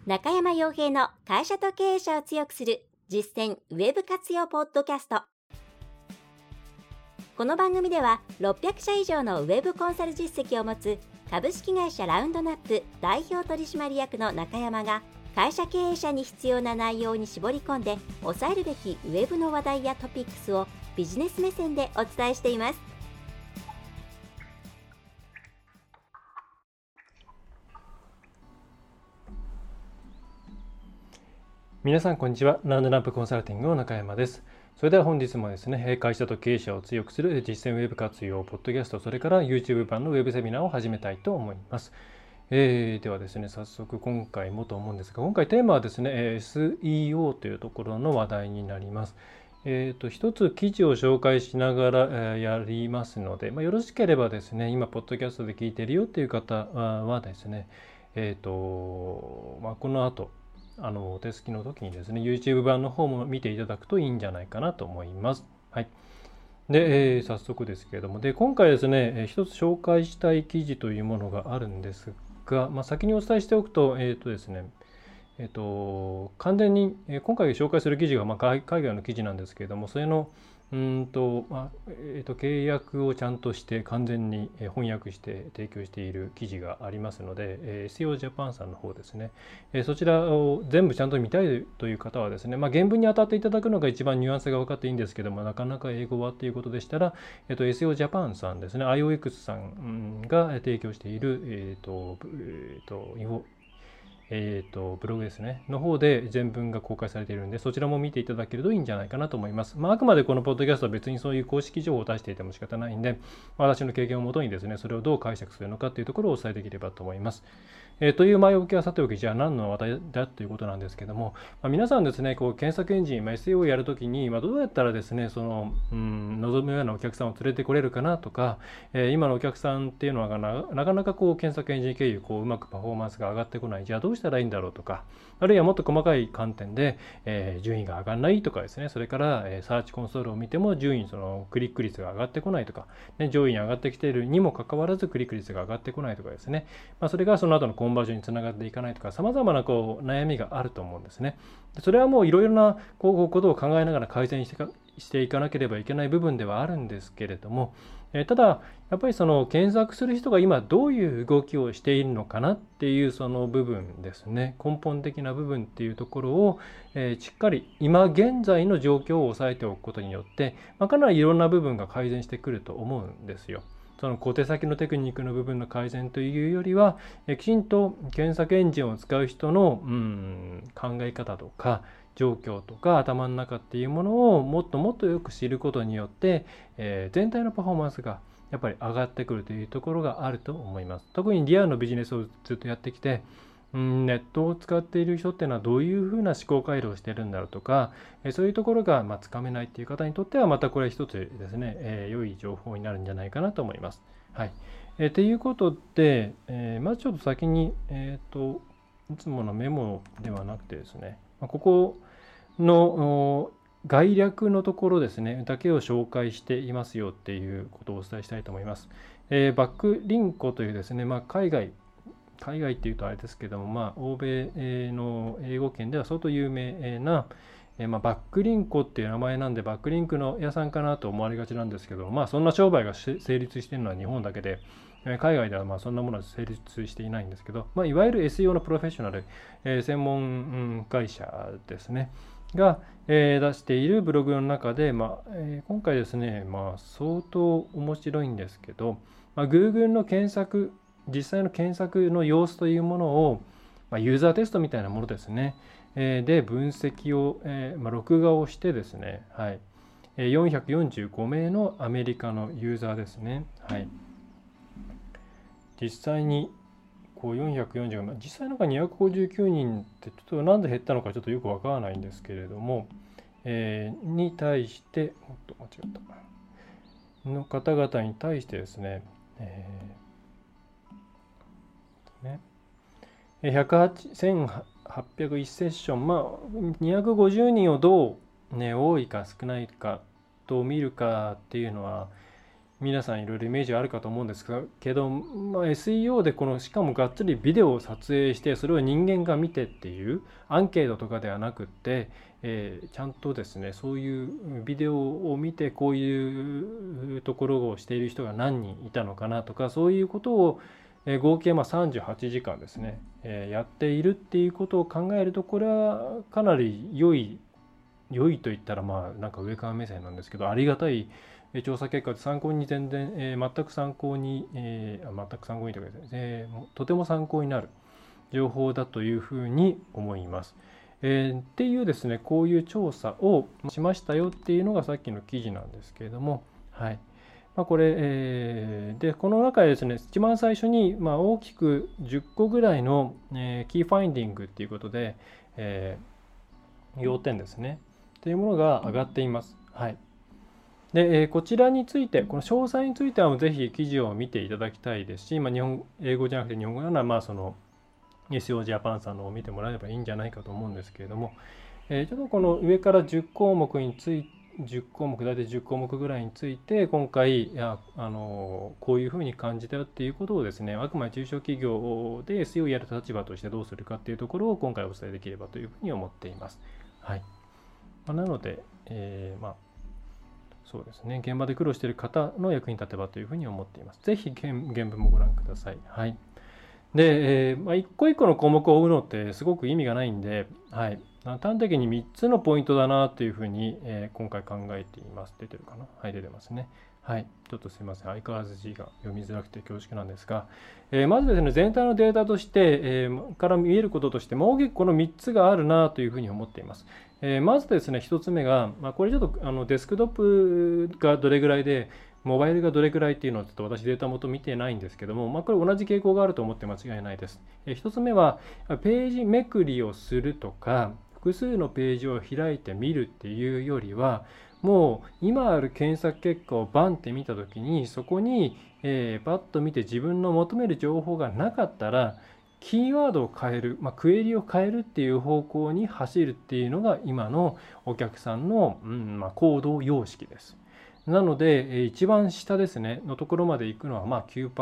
中山洋平の会社と経営者を強くする実践ウェブ活用ポッドキャスト。この番組では600社以上のウェブコンサル実績を持つ株式会社ラウンドナップ代表取締役の中山が会社経営者に必要な内容に絞り込んで押さえるべきウェブの話題やトピックスをビジネス目線でお伝えしています。 皆さんこんにちは。ラウンドナップコンサルティングの中山です。それでは本日もですね、会社と経営者を強くする実践ウェブ活用ポッドキャスト、それから YouTube 版のウェブセミナーを始めたいと思います。ではですね、早速今回もと思うんですが、今回テーマはですね、SEO というところの話題になります。一つ記事を紹介しながらやりますので、よろしければですね、今ポッドキャストで聞いているよっていう方はですね、この後お手すきの時にですね YouTube 版の方も見ていただくといいんじゃないかなと思います。はい。で、早速ですけれども、で今回ですね、一つ紹介したい記事というものがあるんですが、先にお伝えしておくと、ですね、完全に今回紹介する記事が海外の記事なんですけれども、それの契約をちゃんとして完全に翻訳して提供している記事がありますので、SEO Japan さんの方ですね、そちらを全部ちゃんと見たいという方はですね、原文に当たっていただくのが一番ニュアンスが分かっていいんですけども、なかなか英語はということでしたら、SEO Japan さんですね、IOX さんが提供している、ブログですねの方で全文が公開されているので、そちらも見ていただけるといいんじゃないかなと思います。あくまでこのポッドキャストは別にそういう公式情報を出していても仕方ないんで、私の経験をもとにですね、それをどう解釈するのかというところをお伝えできればと思います。という前置きはさておき、じゃあ何の話題だということなんですけども、皆さんですね、検索エンジン、SEO をやるときに、どうやったらですね、望むようなお客さんを連れてこれるかなとか、今のお客さんっていうのはなかなか検索エンジン経由うまくパフォーマンスが上がってこない。じゃあどうしたらいいんだろうとか、あるいはもっと細かい観点で、順位が上がらないとかですね、それから、サーチコンソールを見ても順位クリック率が上がってこないとか、上位に上がってきているにもかかわらずクリック率が上がってこないとかですね、それがその後のコンバージョンにつながっていかないとか、様々な悩みがあると思うんですね。それはもういろいろなことを考えながら改善していかなければいけない部分ではあるんですけれども、ただやっぱり検索する人が今どういう動きをしているのかなっていうその部分ですね、根本的な部分っていうところを、しっかり今現在の状況を押さえておくことによって、かなりいろんな部分が改善してくると思うんですよ。その小手先のテクニックの部分の改善というよりは、きちんと検索エンジンを使う人の考え方とか状況とか頭の中っていうものをもっともっとよく知ることによって、全体のパフォーマンスがやっぱり上がってくるというところがあると思います。特にリアルのビジネスをずっとやってきて、ネットを使っている人っていうのはどういうふうな思考回路をしているんだろうとか、そういうところがつかめないっていう方にとってはまたこれ一つですね、良い情報になるんじゃないかなと思います。はい。ということで、まずちょっと先に、いつものメモではなくてですね、ここの概略のところですね、だけを紹介していますよっていうことをお伝えしたいと思います。バックリンコというですね、海外っていうとあれですけども、欧米の英語圏では相当有名な、バックリンコっていう名前なんでバックリンクの屋さんかなと思われがちなんですけど、そんな商売が成立しているのは日本だけで、海外ではそんなものは成立していないんですけど、いわゆる SEO のプロフェッショナル、専門会社ですねが、出しているブログの中で、今回ですね、相当面白いんですけど、Google の実際の検索の様子というものを、ユーザーテストみたいなものですね、で分析を、録画をしてですね、はい、445名のアメリカのユーザーですね、はい、実際に445、実際259人ってちょっとなんで減ったのかちょっとよくわからないんですけれども、に対して間違ったの方々に対してですね、1801セッション、250人をどう、多いか少ないかと見るかっていうのは、 皆さんいろいろイメージあるかと思うんですけど、SEO でしかもがっつりビデオを撮影してそれを人間が見てっていうアンケートとかではなくって、ちゃんとですねそういうビデオを見てこういうところをしている人が何人いたのかなとか、そういうことを合計38時間ですね、やっているっていうことを考えると、これはかなり良いと言ったらなんか上から目線なんですけど、ありがたい調査結果で参考に全然、全く参考にというかですね、とても参考になる情報だというふうに思います。っていうですね、こういう調査をしましたよっていうのがさっきの記事なんですけれども、はい。これ、でこの中でですね、一番最初に大きく10個ぐらいの、キーファインディングっていうことで、要点ですねというものが上がっています。はい。で、こちらについて、この詳細についてはぜひ記事を見ていただきたいですし、英語じゃなくて日本語ならそのSEOジャパンさんのを見てもらえばいいんじゃないかと思うんですけれども、ちょっとこの上から10項目について10項目、大体10項目ぐらいについて今回こういうふうに感じたよっていうことをですね、あくまで中小企業で SEO をやる立場としてどうするかっていうところを今回お伝えできればというふうに思っています。はい。なので、そうですね、現場で苦労している方の役に立てばというふうに思っています。ぜひ原文もご覧ください。はい。で、一個一個の項目を追うのってすごく意味がないんで、はい。端的に3つのポイントだなというふうに、今回考えています。出てるかな？はい、出てますね。はい。ちょっとすいません。相変わらず字が読みづらくて恐縮なんですが、まずですね、全体のデータとして、から見えることとして、大きくこの3つがあるなというふうに思っています。まずですね、1つ目が、これちょっとデスクトップがどれぐらいで、モバイルがどれくらいっていうのはちょっと私データ元見てないんですけども、これ同じ傾向があると思って間違いないです。1つ目はページめくりをするとか複数のページを開いてみるっていうよりは、もう今ある検索結果をバンって見た時にそこにパッと見て自分の求める情報がなかったらキーワードを変える、クエリを変えるっていう方向に走るっていうのが今のお客さんの、行動様式です。なので、一番下ですね、のところまで行くのは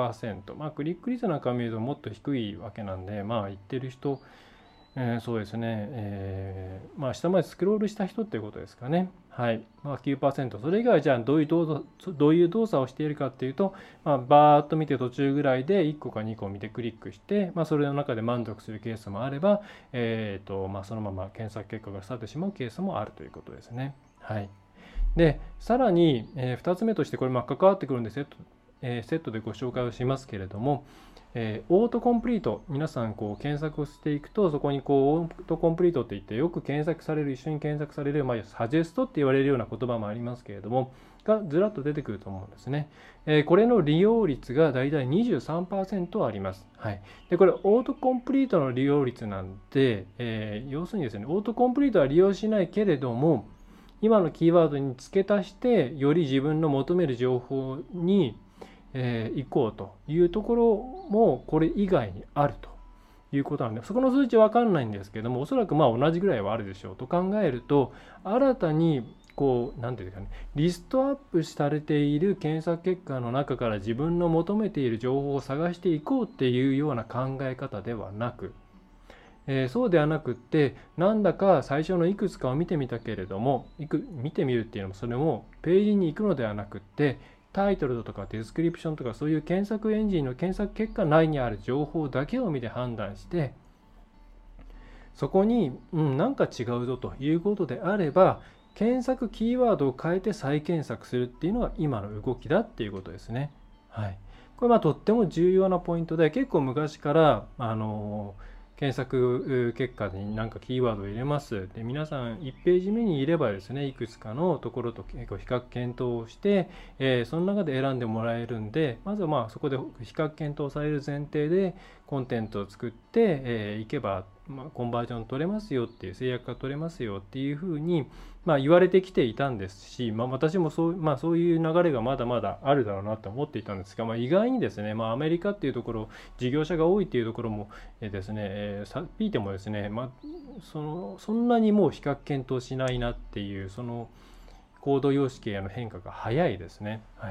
9%。クリック率なんか見るともっと低いわけなんで、言ってる人、そうですね、下までスクロールした人っていうことですかね。はい。9%。それ以外はじゃあどういう動作をしているかっていうと、バーっと見て途中ぐらいで1個か2個見てクリックして、それの中で満足するケースもあれば、そのまま検索結果が去ってしまうケースもあるということですね。はい。で、さらに、2つ目としてこれ関わってくるんでセットでご紹介をしますけれども、オートコンプリート、皆さん検索をしていくとそこにオートコンプリートっていってよく検索される、一緒に検索される、サジェストって言われるような言葉もありますけれどもがずらっと出てくると思うんですね。これの利用率がだいたい 23% あります。はい。でこれオートコンプリートの利用率なんで、要するにですね、オートコンプリートは利用しないけれども今のキーワードに付け足してより自分の求める情報に行こうというところもこれ以外にあるということなんで、そこの数値は分かんないんですけども、おそらく同じぐらいはあるでしょうと考えると、新たになんていうかね、リストアップされている検索結果の中から自分の求めている情報を探していこうっていうような考え方ではなく、そうではなくって、なんだか最初のいくつかを見てみたけれども、見てみるっていうのもそれもページに行くのではなくって、タイトルとかディスクリプションとかそういう検索エンジンの検索結果内にある情報だけを見て判断して、そこになんか違うぞということであれば検索キーワードを変えて再検索するっていうのが今の動きだっていうことですね。はい。これとっても重要なポイントで、結構昔から検索結果に何かキーワードを入れます。で、皆さん1ページ目にいればですね、いくつかのところと結構比較検討をして、その中で選んでもらえるんで、まずはそこで比較検討される前提でコンテンツを作っていけば、コンバージョン取れますよっていう、制約が取れますよっていうふうに言われてきていたんですし、私もそういう流れがまだまだあるだろうなと思っていたんですが、意外にですね、アメリカっていうところ、事業者が多いっていうところもですね、さっぴいてもですね、そんなにもう比較検討しないなっていう、その行動様式への変化が早いですね。はい。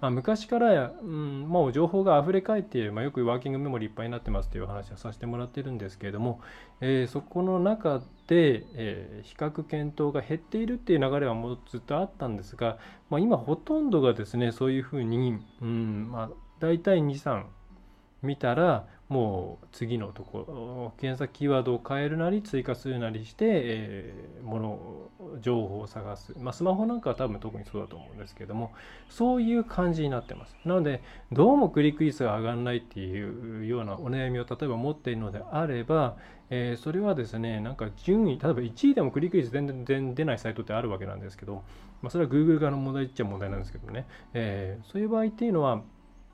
昔から、もう情報があふれかえっている、よくワーキングメモリーいっぱいになってますという話はさせてもらってるんですけれども、そこの中で、比較検討が減っているっていう流れはもうずっとあったんですが、今ほとんどがですねそういうふうに、大体2、3見たらもう次のところ検索キーワードを変えるなり追加するなりして、情報を探す、スマホなんかは多分特にそうだと思うんですけども、そういう感じになってます。なのでどうもクリック率が上がらないっていうようなお悩みを例えば持っているのであれば、それはですねなんか順位例えば1位でもクリック率全然出ないサイトってあるわけなんですけど、それは Google 側の問題っちゃ問題なんですけどね、そういう場合っていうのは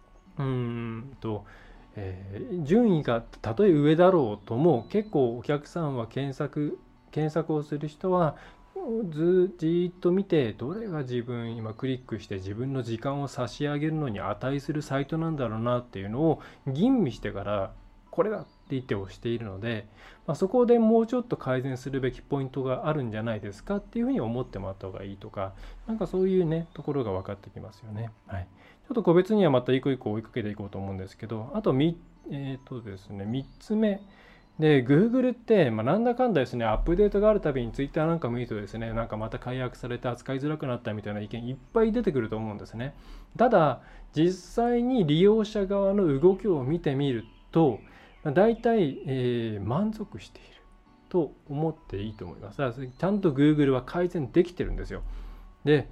順位がたとえ上だろうとも結構お客さんは検索をする人はじっと見てどれが自分今クリックして自分の時間を差し上げるのに値するサイトなんだろうなっていうのを吟味してからこれだって言って押しているので、そこでもうちょっと改善するべきポイントがあるんじゃないですかっていうふうに思ってもらった方がいいとか、なんかそういうねところが分かってきますよね。はい、ちょっと個別にはまた一個一個追いかけていこうと思うんですけど、あとですね、3つ目で Google ってなんだかんだですねアップデートがあるたびに Twitter なんか見るとですねなんかまた解約されて扱いづらくなったみたいな意見いっぱい出てくると思うんですね。ただ実際に利用者側の動きを見てみると大体、満足していると思っていいと思います。だからちゃんと Google は改善できてるんですよ。で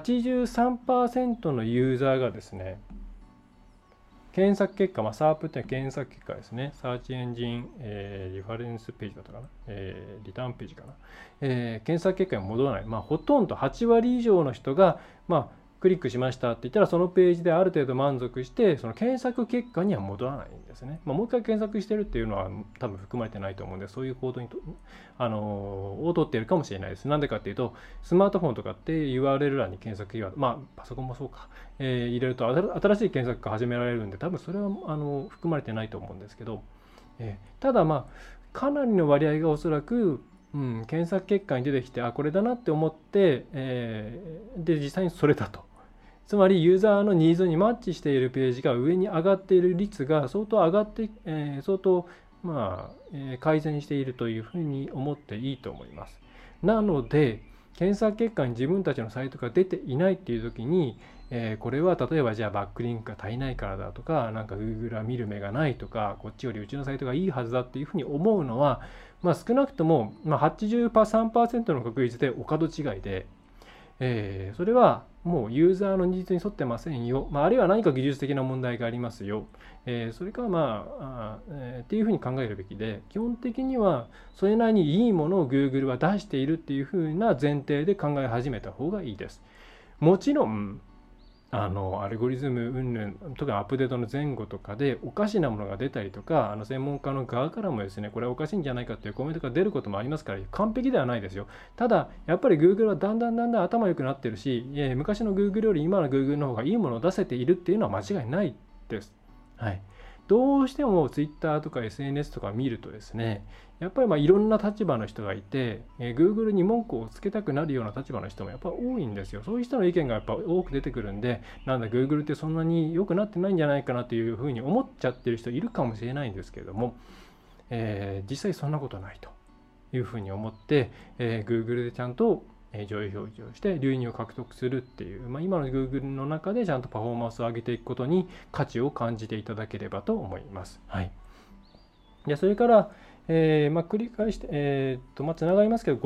83% のユーザーがですね検索結果、SERP って検索結果ですね。サーチエンジン、リファレンスページだったかな、リターンページかな、検索結果に戻らない。ほとんど8割以上の人が、クリックしましたって言ったらそのページである程度満足してその検索結果には戻らないんですね。もう一回検索してるっていうのは多分含まれてないと思うんで、そういう行動を取っているかもしれないです。なんでかっていうとスマートフォンとかって URL 欄に検索キーワード、パソコンもそうか、入れると新しい検索が始められるんで多分それは含まれてないと思うんですけど、ただかなりの割合がおそらく検索結果に出てきてこれだなって思って、で実際にそれだと、つまりユーザーのニーズにマッチしているページが上に上がっている率が相当上がって、相当改善しているというふうに思っていいと思います。なので検索結果に自分たちのサイトが出ていないっていう時に、これは例えばじゃあバックリンクが足りないからだとか、なんか Google は見る目がないとか、こっちよりうちのサイトがいいはずだっていうふうに思うのは、少なくとも 83% の確率でお門違いで、それはもうユーザーのニーズに沿ってませんよ、あるいは何か技術的な問題がありますよ、それかっていうふうに考えるべきで、基本的にはそれなりにいいものを Google は出しているっていうふうな前提で考え始めた方がいいです。もちろんアルゴリズム云々特にアップデートの前後とかでおかしなものが出たりとか、専門家の側からもですねこれはおかしいんじゃないかというコメントが出ることもありますから、完璧ではないですよ。ただやっぱり Google はだんだん頭良くなってるし、昔の Google より今の Google の方がいいものを出せているっていうのは間違いないです。はい、どうしても Twitter とか SNS とか見るとですね、やっぱりいろんな立場の人がいて、Google に文句をつけたくなるような立場の人もやっぱ多いんですよ。そういう人の意見がやっぱ多く出てくるんで、なんだ Google ってそんなに良くなってないんじゃないかなというふうに思っちゃってる人いるかもしれないんですけれども、実際そんなことないというふうに思って、Google でちゃんと上位表示をして流入を獲得するっていう、今の Google の中でちゃんとパフォーマンスを上げていくことに価値を感じていただければと思います。はい、でそれから繰り返して、つながりますけど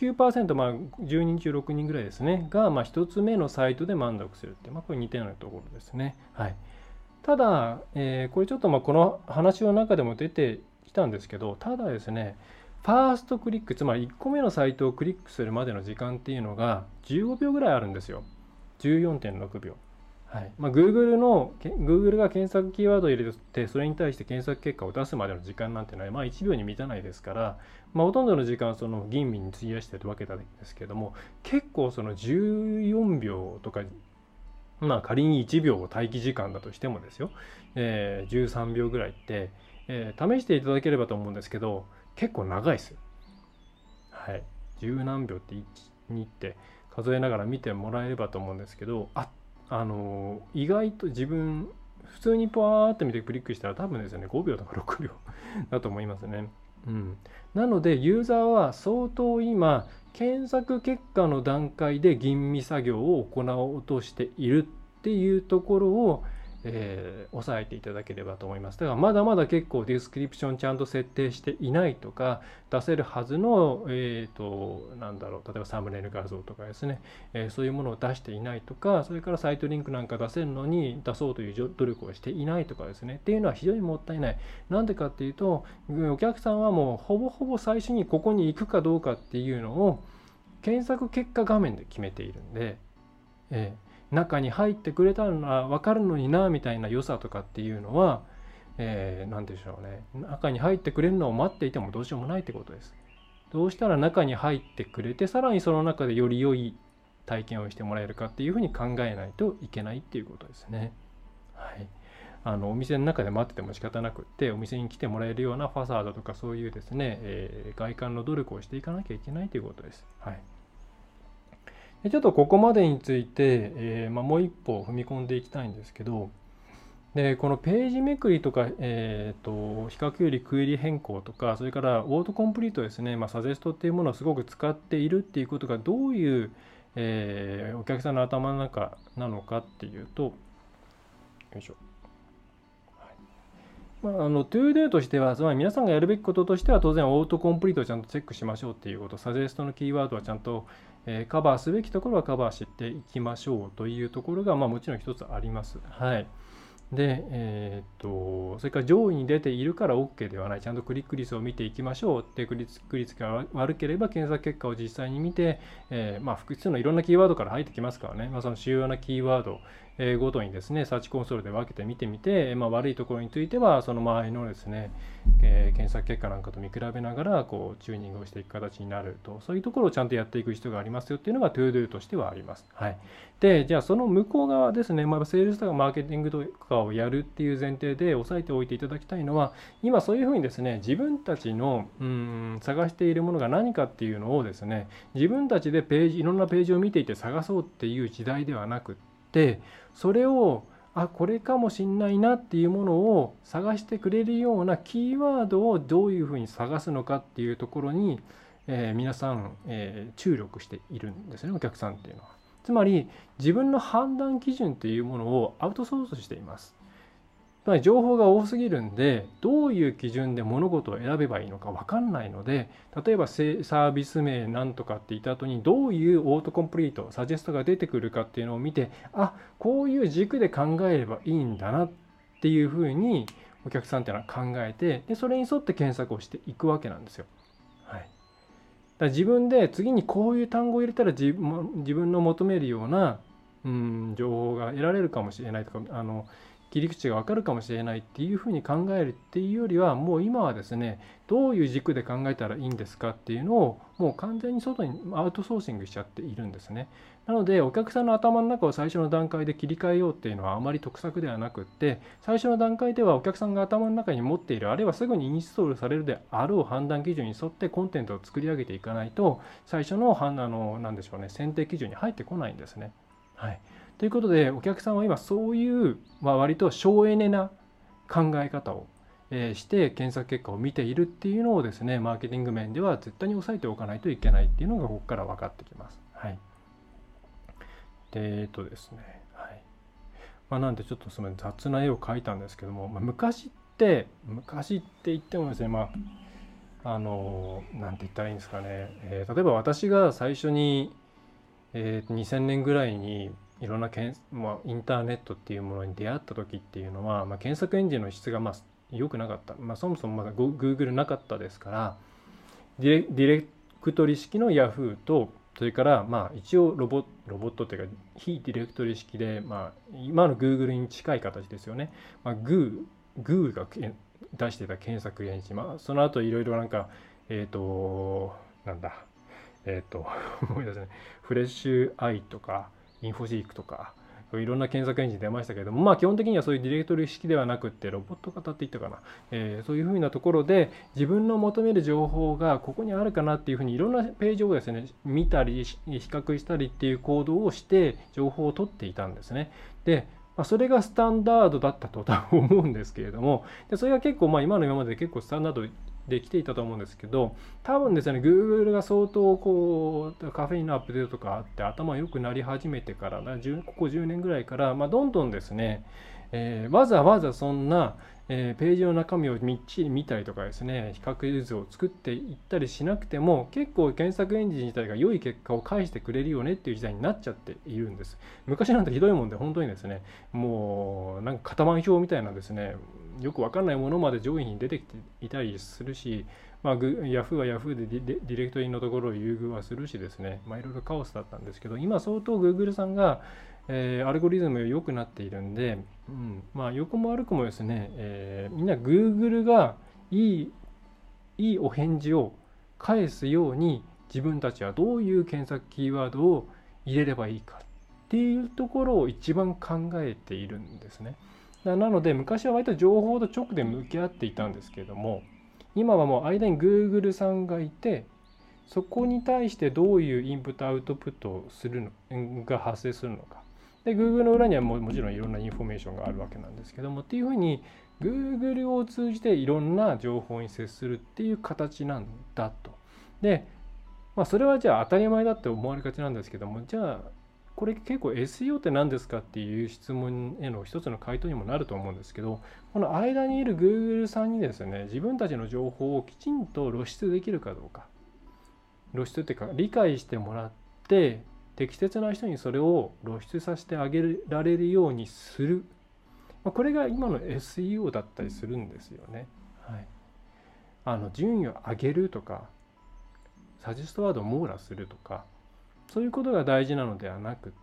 59%、10人中6人ぐらいですねが、1つ目のサイトで満足するって、これ似たようなところですね。はい、ただ、これちょっとこの話の中でも出てきたんですけど、ただですねファーストクリック、つまり1個目のサイトをクリックするまでの時間っていうのが15秒ぐらいあるんですよ。14.6 秒。はい、Google が検索キーワードを入れてそれに対して検索結果を出すまでの時間なんてのは1秒に満たないですから、ほとんどの時間はその吟味に費やしているわけなんですけども、結構その14秒とか、仮に1秒待機時間だとしてもですよ、13秒ぐらいって、試していただければと思うんですけど結構長いです。はい、10何秒って1、2って数えながら見てもらえればと思うんですけど、 意外と自分普通にパーって見てクリックしたら多分ですね5秒とか6秒だと思いますね。なのでユーザーは相当今検索結果の段階で吟味作業を行おうとしているっていうところを、押さえていただければと思います。だからまだまだ結構ディスクリプションちゃんと設定していないとか、出せるはずの、なんだろう、例えばサムネイル画像とかですね、そういうものを出していないとか、それからサイトリンクなんか出せるのに出そうという努力をしていないとかですね、っていうのは非常にもったいない。なんでかっていうと、お客さんはもうほぼほぼ最初にここに行くかどうかっていうのを検索結果画面で決めているんで、中に入ってくれたのは分かるのになみたいな良さとかっていうのは、何でしょうね、中に入ってくれるのを待っていてもどうしようもないってことです。どうしたら中に入ってくれて、さらにその中でより良い体験をしてもらえるかっていうふうに考えないといけないっていうことですね。はい。お店の中で待ってても仕方なくって、お店に来てもらえるようなファサードとかそういうですね、外観の努力をしていかなきゃいけないということです。はい。でちょっとここまでについて、もう一歩踏み込んでいきたいんですけど、でこのページめくりとか、比較よりクエリ変更とか、それからオートコンプリートですね、サジェストっていうものをすごく使っているっていうことがどういう、お客さんの頭の中なのかっていうと、よいしょ。トゥードゥとしては、つまり皆さんがやるべきこととしては、当然オートコンプリートをちゃんとチェックしましょうっていうこと、サジェストのキーワードはちゃんとカバーすべきところはカバーしていきましょうというところが、もちろん一つあります。はい。で、それから上位に出ているから OK ではない、ちゃんとクリック率を見ていきましょうって、クリック率が悪ければ検索結果を実際に見て、複数のいろんなキーワードから入ってきますからね、その主要なキーワードごとにですね、サーチコンソールで分けて見てみて、悪いところについてはその周りのですね、検索結果なんかと見比べながらこうチューニングをしていく形になると、そういうところをちゃんとやっていく必要がありますよっていうのが ToDo としてはあります。はい。で、じゃあその向こう側ですね、セールスとかマーケティングとかをやるっていう前提で押さえておいていただきたいのは、今そういうふうにですね、自分たちの探しているものが何かっていうのをですね、自分たちでいろんなページを見ていて探そうっていう時代ではなくって、それをこれかもしんないなっていうものを探してくれるようなキーワードをどういうふうに探すのかっていうところに、皆さん、注力しているんですね、お客さんっていうのは。つまり自分の判断基準というものをアウトソースしています。つまり情報が多すぎるんで、どういう基準で物事を選べばいいのか分かんないので、例えばサービス名なんとかって言った後にどういうオートコンプリート、サジェストが出てくるかっていうのを見て、こういう軸で考えればいいんだなっていうふうにお客さんっていうのは考えて、でそれに沿って検索をしていくわけなんですよ。はい。だから自分で次にこういう単語を入れたら自分の求めるような情報が得られるかもしれないとか、切り口が分かるかもしれないっていうふうに考えるっていうよりは、もう今はですね、どういう軸で考えたらいいんですかっていうのをもう完全に外にアウトソーシングしちゃっているんですね。なのでお客さんの頭の中を最初の段階で切り替えようっていうのはあまり得策ではなくって、最初の段階ではお客さんが頭の中に持っている、あるいはすぐにインストールされるであろう判断基準に沿ってコンテンツを作り上げていかないと、最初のなんでしょうね、選定基準に入ってこないんですね。はい。ということでお客さんは今そういう割と省エネな考え方をして検索結果を見ているっていうのをですね、マーケティング面では絶対に押さえておかないといけないっていうのがここから分かってきます。はい。でですね、はい。なんでちょっとすみません、雑な絵を描いたんですけども、昔って言ってもですね、なんて言ったらいいんですかね、例えば私が最初に2000年ぐらいにいろんなインターネットっていうものに出会った時っていうのは、検索エンジンの質が良くなかった、そもそもまだ Google なかったですから、ディレクトリ式の Yahoo と、それから一応ロボットというか非ディレクトリ式で、今の Google に近い形ですよね。Goo が出していた検索エンジン、その後いろいろなんかなんだ思い出せない、フレッシュアイとかインフォシークとか、 いろんな検索エンジン出ましたけども、基本的にはそういうディレクトリ式ではなくってロボット型って言ったかな、そういうふうなところで自分の求める情報がここにあるかなっていうふうにいろんなページをですね見たり比較したりっていう行動をして情報を取っていたんですね。でそれがスタンダードだったと多分思うんですけれども、でそれが結構今まで結構スタンダードできていたと思うんですけど、多分ですね Google が相当こうカフェインのアップデートとかあって頭良くなり始めてからここ10年ぐらいから、どんどんですね、わざわざそんなページの中身をみっちり見たりとかですね、比較図を作っていったりしなくても結構検索エンジン自体が良い結果を返してくれるよねっていう時代になっちゃっているんです。昔なんてひどいもんで本当にですね、もうなんか型番表みたいなですね、よくわかんないものまで上位に出てきていたりするし、Yahoo は Yahoo でディレクトリのところを優遇はするしですね、いろいろカオスだったんですけど、今相当 Google さんがアルゴリズム良くなっているんで、横も悪くもですね、みんな Google がいいお返事を返すように自分たちはどういう検索キーワードを入れればいいかっていうところを一番考えているんですね。なので昔は割と情報と直で向き合っていたんですけれども、今はもう間に Google さんがいて、そこに対してどういうインプットアウトプットをするのが発生するのか。で Google の裏にはもちろんいろんなインフォメーションがあるわけなんですけども、っていうふうに Google を通じていろんな情報に接するっていう形なんだと。で、それはじゃあ当たり前だって思われがちなんですけども、じゃあこれ結構 SEO って何ですかっていう質問への一つの回答にもなると思うんですけど、この間にいる Google さんにですね、自分たちの情報をきちんと露出できるかどうか、露出っていうか理解してもらって適切な人にそれを露出させてあげられるようにする、これが今の SEO だったりするんですよね。順位を上げるとかサジェストワードを網羅するとか、そういうことが大事なのではなくって、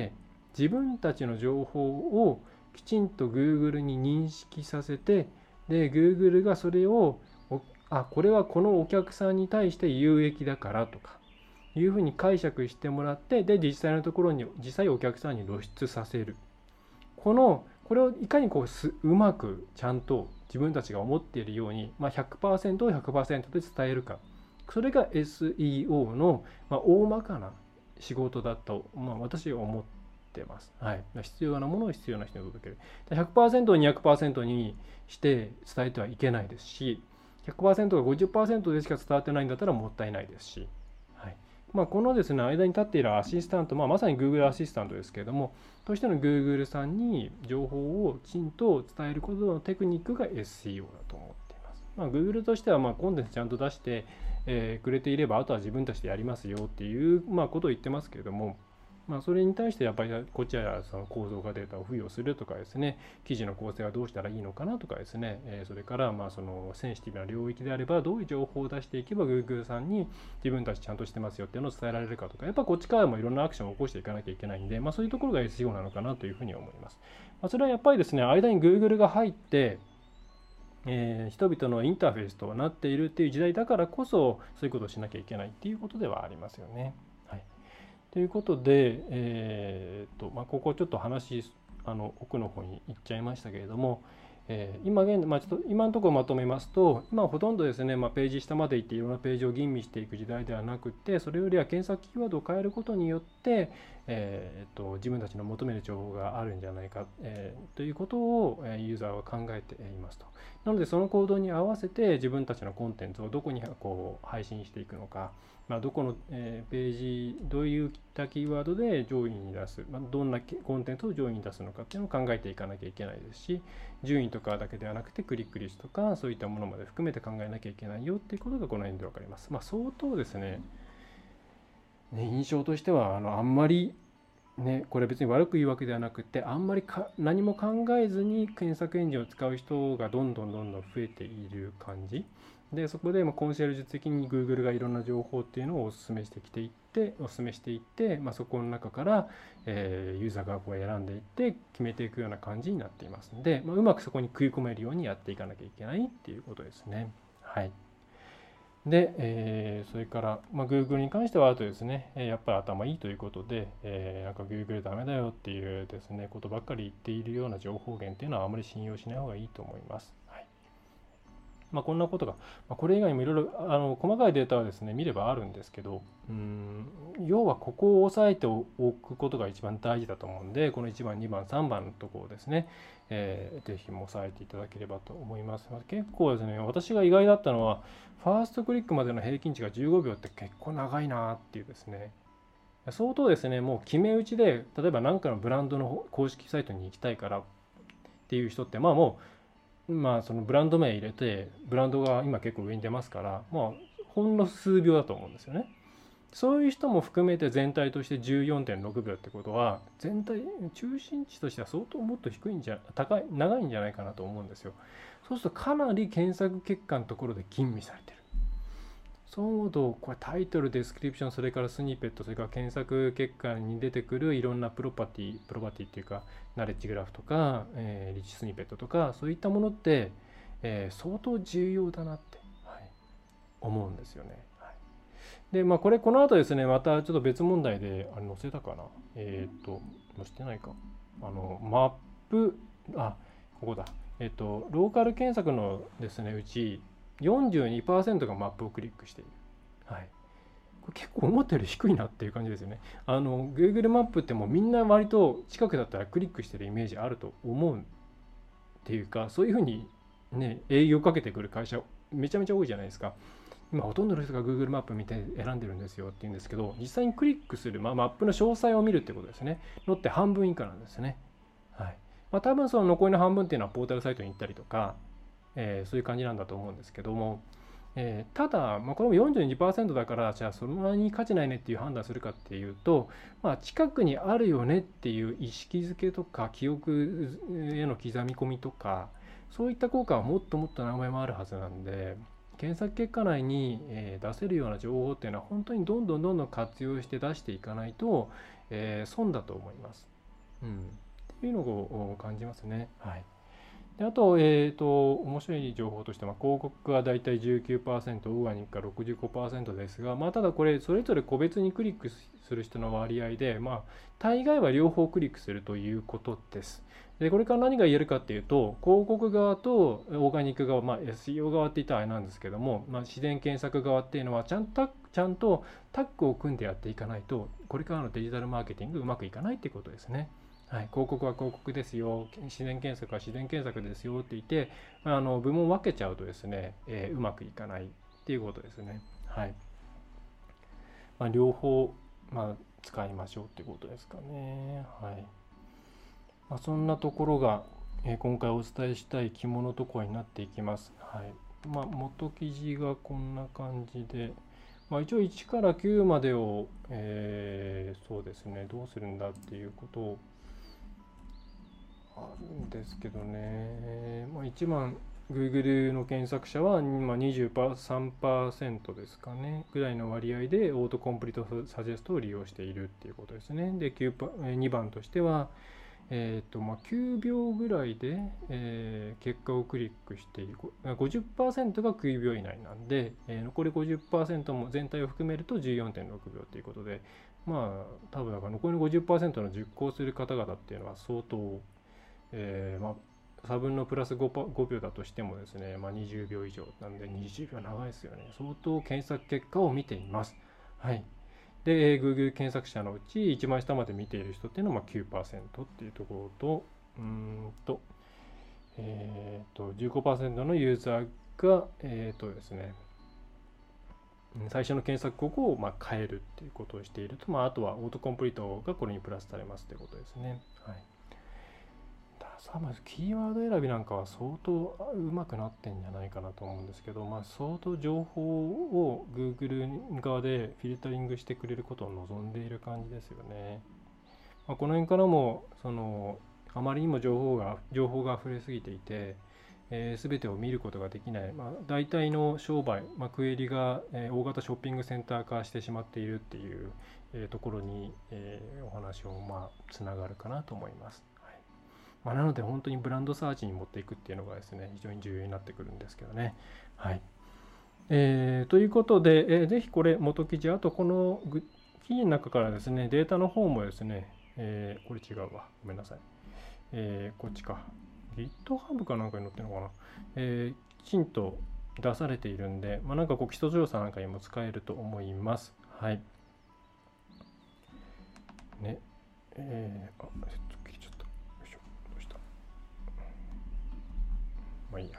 自分たちの情報をきちんと Google に認識させて、で Google がそれをこれはこのお客さんに対して有益だからとかいうふうに解釈してもらって、で実際のところに実際お客さんに露出させる、これをいかにうまくちゃんと自分たちが思っているように、100% を 100% で伝えるか、それが SEO の大まかな仕事だと、私は思ってます。必要なものを必要な人に届ける。100% を 200% にして伝えてはいけないですし、100% が 50% でしか伝わってないんだったらもったいないですし、このですね間に立っているアシスタント、まさに Google アシスタントですけれども、としての Google さんに情報をきちんと伝えることのテクニックが SEO だと思っています。Google としてはコンテンツちゃんと出してくれていれば、あとは自分たちでやりますよっていうことを言ってますけれども、それに対してやっぱりこちらはその構造化データを付与するとかですね、記事の構成はどうしたらいいのかなとかですね、それからそのセンシティブな領域であればどういう情報を出していけば Google さんに自分たちちゃんとしてますよっていうのを伝えられるかとか、やっぱこっちからもいろんなアクションを起こしていかなきゃいけないんで、そういうところが SEO なのかなというふうに思います。それはやっぱりですね、間に Google が入って人々のインターフェースとなっているっていう時代だからこそ、そういうことをしなきゃいけないっていうことではありますよね。ということで、ここちょっと奥の方に行っちゃいましたけれども、今ちょっと今のところまとめますと、今ほとんどですね、ページ下まで行っていろんなページを吟味していく時代ではなくて、それよりは検索キーワードを変えることによって、自分たちの求める情報があるんじゃないか、ということをユーザーは考えていますと。なのでその行動に合わせて自分たちのコンテンツをどこに配信していくのか、どこのページ、どういったキーワードで上位に出す、どんなコンテンツを上位に出すのかっていうのを考えていかなきゃいけないですし、順位とかだけではなくてクリック率とかそういったものまで含めて考えなきゃいけないよっていうことがこの辺で分かります。相当ですね、印象としてはあんまりこれ別に悪く言うわけではなくて、あんまり何も考えずに検索エンジンを使う人がどんどん増えている感じで、そこでコンシェルジュ的に Google がいろんな情報っていうのをお勧めしていって、そこの中からユーザーが選んでいって決めていくような感じになっていますので、うまくそこに食い込めるようにやっていかなきゃいけないっていうことですね。 で、それから、Google に関してはあとですね、やっぱり頭いいということで、なんか Google ダメだよっていうですね、ことばっかり言っているような情報源っていうのはあまり信用しない方がいいと思います。はい。こんなことが、これ以外にもいろいろ細かいデータはですね、見ればあるんですけど、要はここを押さえておくことが一番大事だと思うんで、この1番、2番、3番のところをですね、ぜひ押さえていただければと思います。結構ですね、私が意外だったのは、ファーストクリックまでの平均値が15秒って結構長いなっていうですね、相当ですね、もう決め打ちで、例えば何かのブランドの公式サイトに行きたいからっていう人って、もう、そのブランド名入れてブランドが今結構上に出ますから、ほんの数秒だと思うんですよね。そういう人も含めて全体として 14.6 秒ってことは、全体中心値としては相当もっと低いんじゃ長いんじゃないかなと思うんですよ。そうするとかなり検索結果のところで吟味されてる。そう思うと、これタイトル、デスクリプション、それからスニペット、それから検索結果に出てくるいろんなプロパティっていうか、ナレッジグラフとか、リッチスニペットとか、そういったものって、相当重要だなって、思うんですよね。で、この後ですね、またちょっと別問題で、載せたかな。載せてないか。マップ、ここだ。ローカル検索のですね、うち、42% がマップをクリックしている。これ結構思ったより低いなっていう感じですよね。Google マップってもうみんな割と近くだったらクリックしてるイメージあると思うっていうか、そういうふうにね、営業かけてくる会社めちゃめちゃ多いじゃないですか。今ほとんどの人が Google マップ見て選んでるんですよって言うんですけど、実際にクリックする、マップの詳細を見るってことですね。のって半分以下なんですね。多分その残りの半分っていうのはポータルサイトに行ったりとか、そういう感じなんだと思うんですけども、ただ、これも 42% だからじゃあそんなに価値ないねっていう判断するかっていうと、近くにあるよねっていう意識づけとか記憶への刻み込みとか、そういった効果はもっともっと何倍もあるはずなんで、検索結果内に出せるような情報っていうのは本当にどんどん活用して出していかないと損だと思います。っていうのを感じますね。であと、面白い情報としては、広告はだいたい 19%、オーガニックが 65% ですが、ただこれ、それぞれ個別にクリックする人の割合で、大概は両方クリックするということです。で、これから何が言えるかっていうと、広告側とオーガニック側、SEO 側って言ったらあれなんですけども、自然検索側っていうのはちゃんとタッグを組んでやっていかないと、これからのデジタルマーケティングうまくいかないっていうことですね。広告は広告ですよ、自然検索は自然検索ですよって言って、部門を分けちゃうとですね、うまくいかないっていうことですね。両方、使いましょうっていうことですかね。そんなところが、今回お伝えしたい肝のところになっていきます。元記事がこんな感じで、一応1から9までを、そうですね、どうするんだっていうことをあるんですけどね、一番 Google の検索者は23% ですかねぐらいの割合でオートコンプリートサジェストを利用しているっていうことですね。で2番としては、9秒ぐらいで、結果をクリックしている 50% が9秒以内なんで、残り 50% も全体を含めると 14.6 秒ということで、多分だから残りの 50% の熟考する方々っていうのは相当差分のプラス 5秒だとしてもですね、20秒以上なんで20秒長いですよね。相当検索結果を見ています。で、Google 検索者のうち一番下まで見ている人っていうのは 9% っていうところと、15% のユーザーが、ですね、最初の検索広告を変えるっていうことをしていると、あとはオートコンプリートがこれにプラスされますということですね。まずキーワード選びなんかは相当うまくなってんじゃないかなと思うんですけど、相当情報を Google 側でフィルタリングしてくれることを望んでいる感じですよね。この辺からもあまりにも情報が溢れすぎていて、全てを見ることができない、大体の商売、クエリが、大型ショッピングセンター化してしまっているっていう、ところに、お話をつながるかなと思います。なので本当にブランドサーチに持っていくっていうのがですね、非常に重要になってくるんですけどね。 ということで、ぜひこれ元記事、あとこの記事の中からですね、データの方もですね、これ違うわ、ごめんなさい。こっちか。GitHub かなんかに載ってるのかな。きちんと出されているんで、なんかこう基礎調査なんかにも使えると思います。はい。ね。ちょっと切っちゃった。よいしょ。どうした。まあいいや。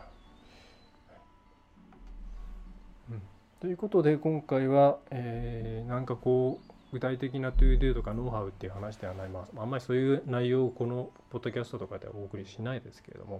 ということで今回は、なんかこう具体的な ToDo とかノウハウっていう話ではない、あんまりそういう内容をこのポッドキャストとかではお送りしないですけれども、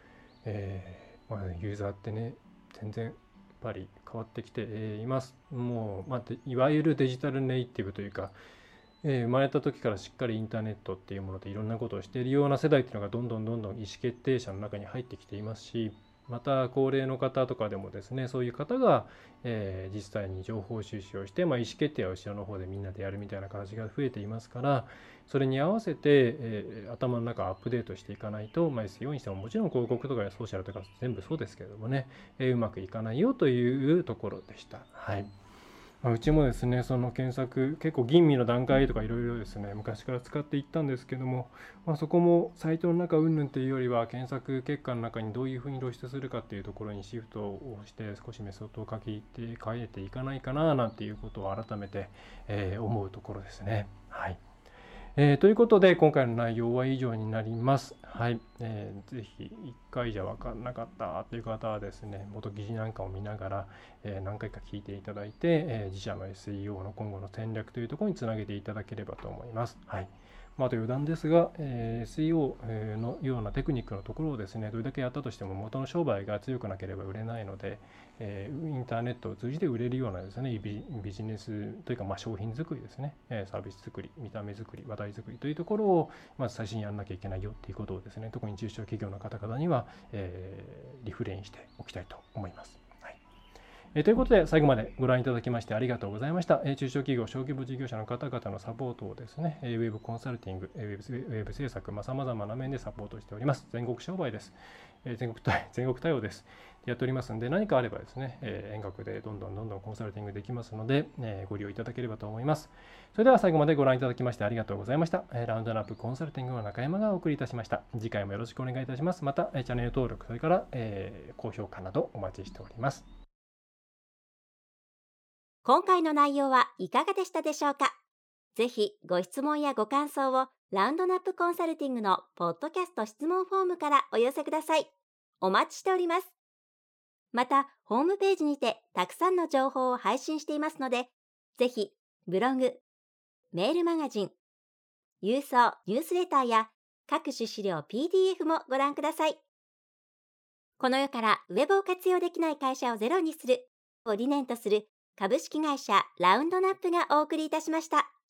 ユーザーってね全然やっぱり変わってきています。もう、いわゆるデジタルネイティブというか、生まれた時からしっかりインターネットっていうものでいろんなことをしているような世代っていうのがどんどん意思決定者の中に入ってきていますし、また高齢の方とかでもですね、そういう方が、実際に情報収集をして、意思決定は後ろの方でみんなでやるみたいな形が増えていますから、それに合わせて、頭の中をアップデートしていかないと、SEO にしてももちろん広告とかソーシャルとか全部そうですけれどもね、うまくいかないよというところでした。はい。うちもですね、その検索、結構吟味の段階とかいろいろですね、昔から使っていったんですけども、そこもサイトの中云々っていうよりは、検索結果の中にどういうふうに露出するかっていうところにシフトをして、少しメソッドを変えていかないかななんていうことを改めて、思うところですね。はい。ということで今回の内容は以上になります。はい。ぜひ1回じゃ分かんなかったという方はですね、元記事なんかを見ながら、何回か聞いていただいて、自社の SEO の今後の戦略というところにつなげていただければと思います。はい。あと余談ですが、SEO のようなテクニックのところをですね、どれだけやったとしても元の商売が強くなければ売れないので、インターネットを通じて売れるようなですね、ビジネスというか、商品作りですね、サービス作り、見た目作り、話題作りというところをまず最初にやらなきゃいけないよっていうことをですね、特に中小企業の方々には、リフレインしておきたいと思います。ということで最後までご覧いただきましてありがとうございました。中小企業、小規模事業者の方々のサポートをですね、ウェブコンサルティング、ウェブ制作、さまざまな面でサポートしております。全国商売です。全国対応です。やっておりますので、何かあればですね、遠隔でどんどんコンサルティングできますので、ご利用いただければと思います。それでは最後までご覧いただきましてありがとうございました。ラウンドナップコンサルティングの中山がお送りいたしました。次回もよろしくお願いいたします。また、チャンネル登録、それから、高評価などお待ちしております。 今回の内容はいかがでしたでしょうか。ぜひご質問やご感想をラウンドナップコンサルティングのポッドキャスト質問フォームからお寄せください。お待ちしております。また、ホームページにてたくさんの情報を配信していますので、ぜひブログ、メールマガジン、郵送ニュースレターや各種資料 PDF もご覧ください。この世からウェブを活用できない会社をゼロにするを理念とする株式会社ラウンドナップがお送りいたしました。